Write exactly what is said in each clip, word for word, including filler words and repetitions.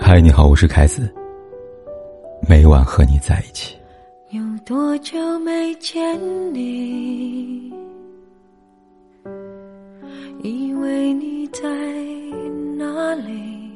嗨，你好，我是凯子，每晚和你在一起。 有多久没见你，以为你在哪里。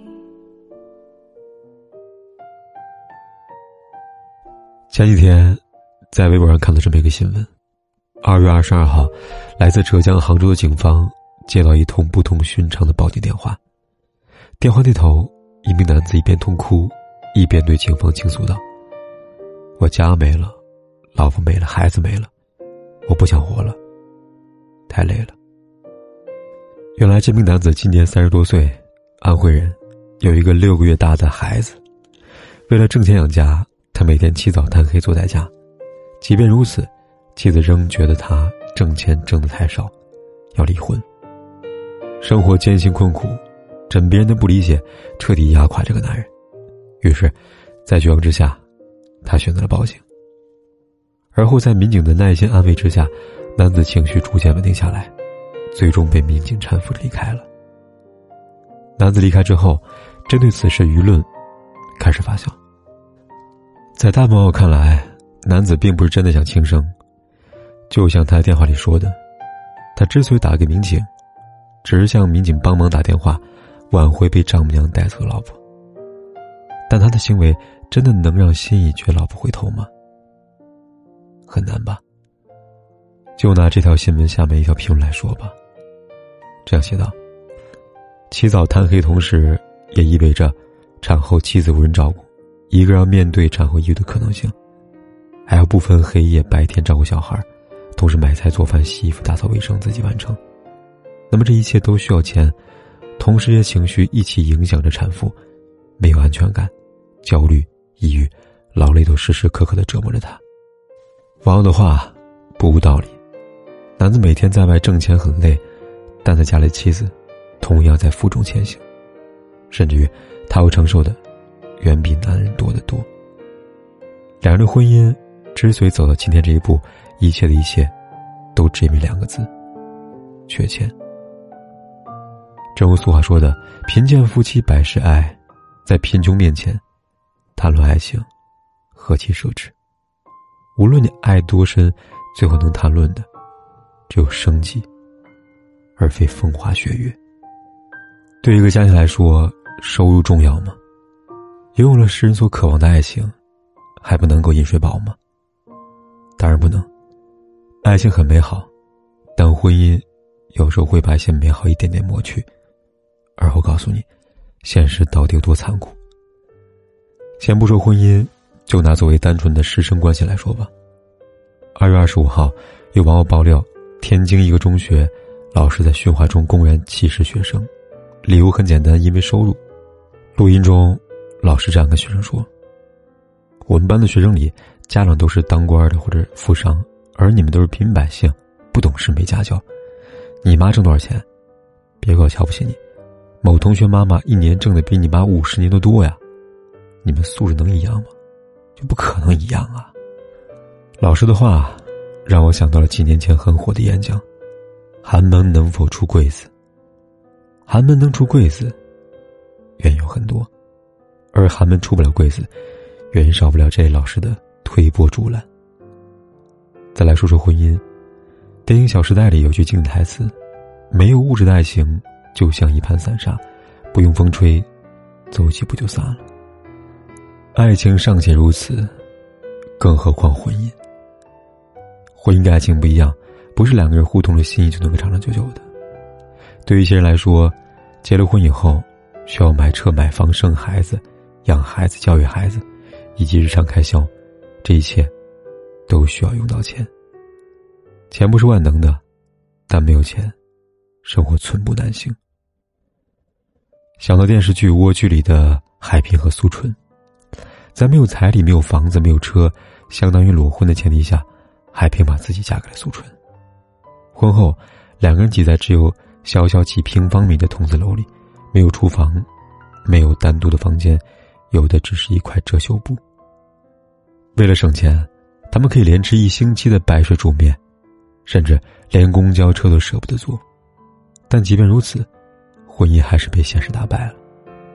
前几天在微博上看到这么一个新闻，二月二十二号，来自浙江杭州的警方接到一通不同寻常的报警电话。电话那头，一名男子一边痛哭，一边对警方倾诉道：我家没了，老婆没了，孩子没了，我不想活了，太累了。原来这名男子今年三十多岁，安徽人，有一个六个月大的孩子。为了挣钱养家，他每天起早贪黑坐在家，即便如此，妻子仍觉得他挣钱挣得太少，要离婚。生活艰辛困苦，枕边人的不理解彻底压垮这个男人。于是在绝望之下，他选择了报警。而后在民警的耐心安慰之下，男子情绪逐渐稳定下来，最终被民警搀扶着离开了。男子离开之后，针对此事舆论开始发酵。在大朋友看来，男子并不是真的想轻生，就像他电话里说的，他之所以打给民警，只是向民警帮忙打电话，挽回被丈母娘带走的老婆。但他的行为真的能让心已决老婆回头吗？很难吧。就拿这条新闻下面一条评论来说吧，这样写道：起早贪黑同时也意味着产后妻子无人照顾，一个人要面对产后抑郁的可能性，还要不分黑夜白天照顾小孩，同时买菜做饭洗衣服打扫卫生自己完成。那么这一切都需要钱，同时这些情绪一起影响着产妇，没有安全感，焦虑、抑郁、劳累都时时刻刻地折磨着她。网友的话不无道理，男子每天在外挣钱很累，但在家里妻子同样在负重前行，甚至于他要承受的远比男人多得多。两人的婚姻之所以走到今天这一步，一切的一切都只因为两个字：缺钱。正如俗话说的，贫贱夫妻百事哀，在贫穷面前谈论爱情何其奢侈。无论你爱多深，最后能谈论的只有生计，而非风花雪月。对一个家庭来说，收入重要吗？拥有了世人所渴望的爱情，还不能够饮水饱吗？当然不能。爱情很美好，但婚姻有时候会把一些美好一点点抹去，而后告诉你现实到底有多残酷。先不说婚姻，就拿作为单纯的师生关系来说吧。二月二十五号，有网友爆料，天津一个中学老师在训话中公然歧视学生，理由很简单，因为收入。录音中，老师这样跟学生说：我们班的学生里，家长都是当官的或者富商，而你们都是平民百姓，不懂事没家教。你妈挣多少钱？别怪我瞧不起你，某同学妈妈一年挣的比你妈五十年都多呀。你们素质能一样吗？就不可能一样啊。老师的话让我想到了几年前很火的演讲：寒门能否出贵子？寒门能出贵子，原因有很多，而寒门出不了贵子，原因少不了这位老师的推波助澜。再来说说婚姻，电影《小时代》里有句经典台词：没有物质的爱情就像一盘散沙，不用风吹，走几步就散了。爱情尚且如此，更何况婚姻。婚姻跟爱情不一样，不是两个人互通了心意就能够长长久久的。对于一些人来说，结了婚以后需要买车买房生孩子，养孩子教育孩子，以及日常开销，这一切都需要用到钱。钱不是万能的，但没有钱，生活寸步难行。想到电视剧《蜗居》里的海平和苏春，在没有彩礼没有房子没有车，相当于裸婚的前提下，海平把自己嫁给了苏春。婚后两个人挤在只有小小几平方米的筒子楼里，没有厨房，没有单独的房间，有的只是一块遮羞布。为了省钱，他们可以连吃一星期的白水煮面，甚至连公交车都舍不得坐。但即便如此，婚姻还是被现实打败了。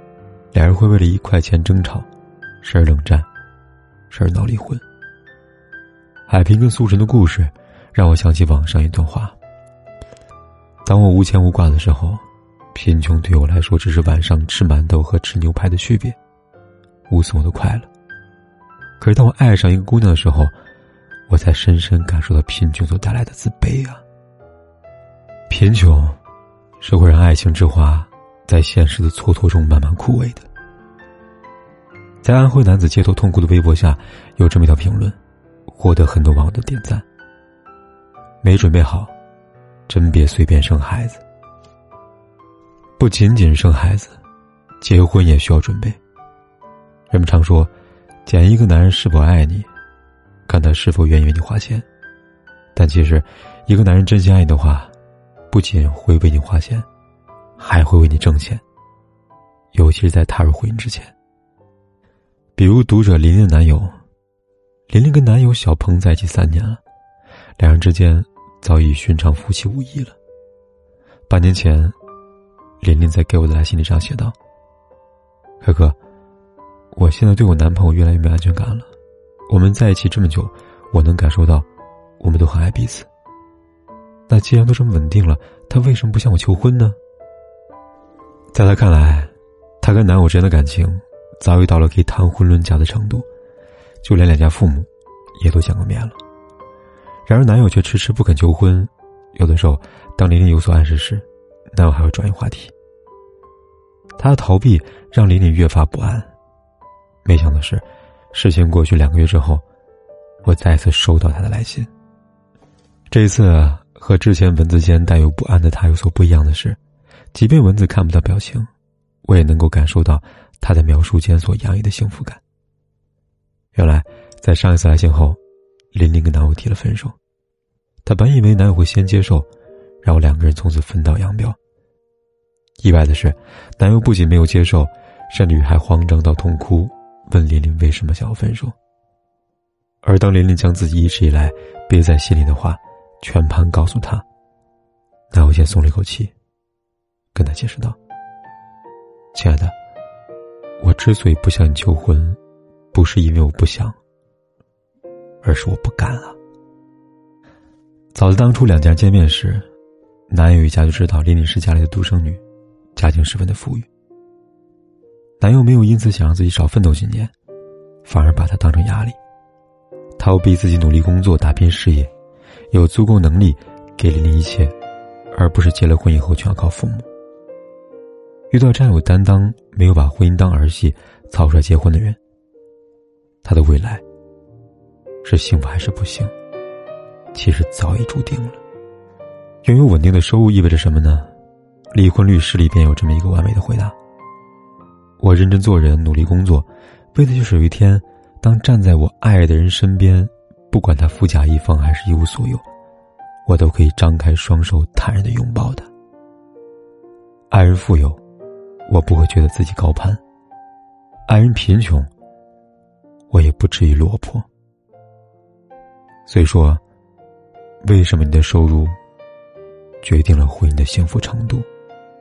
两人会为了一块钱争吵，时而冷战，时而闹离婚。海平跟苏晨的故事让我想起网上一段话：当我无牵无挂的时候，贫穷对我来说只是晚上吃馒头和吃牛排的区别，无损我的快乐。可是当我爱上一个姑娘的时候，我才深深感受到贫穷所带来的自卑啊！贫穷是会让爱情之花在现实的蹉跎中慢慢枯萎的。在安徽男子街头痛哭的微博下有这么一条评论，获得很多网友的点赞：没准备好，真别随便生孩子。不仅仅生孩子，结婚也需要准备。人们常说，检一个男人是否爱你，看他是否愿意为你花钱。但其实一个男人真心爱你的话，不仅会为你花钱，还会为你挣钱，尤其是在踏入婚姻之前。比如读者琳琳的男友，琳琳跟男友小鹏在一起三年了，两人之间早已寻常夫妻无异了。半年前，琳琳在给我的来信里这样写道：可可，我现在对我男朋友越来越没安全感了，我们在一起这么久，我能感受到我们都很爱彼此。那既然都这么稳定了，他为什么不向我求婚呢？在他看来，他跟男友之间的感情早已到了可以谈婚论嫁的程度，就连两家父母也都见过面了。然而男友却迟迟不肯求婚，有的时候当琳琳有所暗示时，男友还会转移话题。他的逃避让琳琳越发不安。没想到是，事情过去两个月之后，我再次收到他的来信。这一次和之前文字间带有不安的他有所不一样的是，即便文字看不到表情，我也能够感受到他在描述间所洋溢的幸福感。原来在上一次来信后，琳琳跟男友提了分手。她本以为男友会先接受，然后两个人从此分道扬镳。意外的是，男友不仅没有接受，甚至还慌张到痛哭，问琳琳为什么想要分手。而当琳琳将自己一直以来憋在心里的话全盘告诉他，男友先松了一口气，跟他解释道：亲爱的，我之所以不向你求婚，不是因为我不想，而是我不敢啊。早在当初两家见面时，男友一家就知道琳琳是家里的独生女，家境十分的富裕。男友没有因此想让自己少奋斗几年，反而把她当成压力。他要逼自己努力工作，打拼事业，有足够能力给琳琳一切，而不是结了婚以后全要靠父母。遇到这样有担当，没有把婚姻当儿戏操出来结婚的人，他的未来是幸福还是不幸，其实早已注定了。拥有稳定的收入意味着什么呢？离婚律师里边有这么一个完美的回答：我认真做人，努力工作，为的就是有一天，当站在我爱的人身边，不管他富甲一方还是一无所有，我都可以张开双手坦然地拥抱他。爱人富有，我不会觉得自己高攀；爱人贫穷，我也不至于落魄。所以说，为什么你的收入决定了婚姻的幸福程度？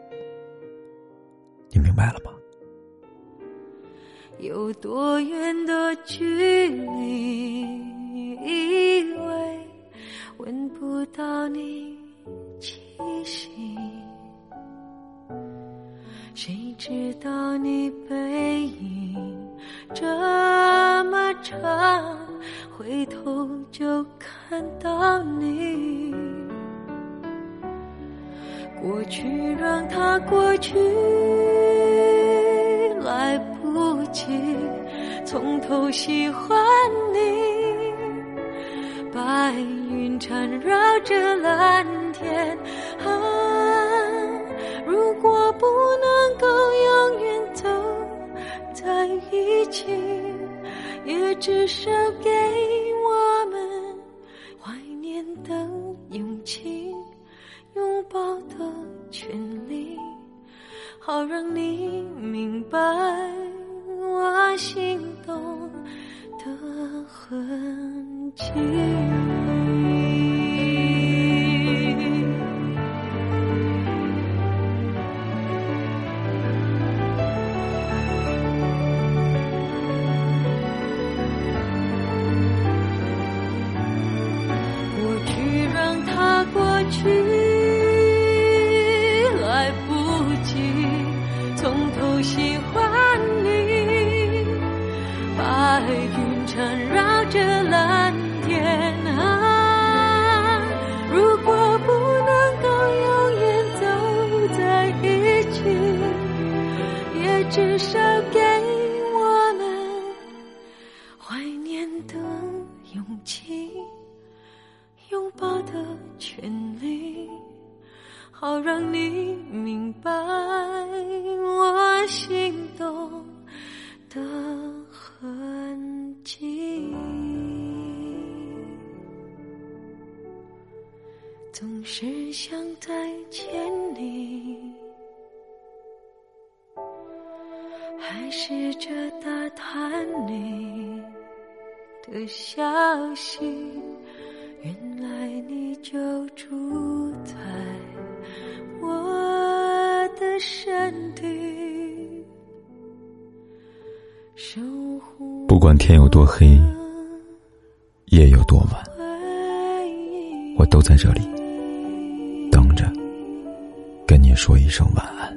你明白了吗？ 有多远的距离，以为闻不到你气息，谁知道你背影这么长，回头就看到你。过去让它过去，来不及从头喜欢你。白云缠绕着蓝天啊，如果不能够永远走在一起，也至少给我们怀念的勇气，拥抱的权利，好让你明白我心动的痕迹。 至少给我们怀念的勇气，拥抱的权利，好让你明白我心动的痕迹。总是想再见你，还试着打探你的消息，原来你就住在我的身体，守护。 不管天有多黑，夜有多晚，我都在这里等着跟你说一声晚安。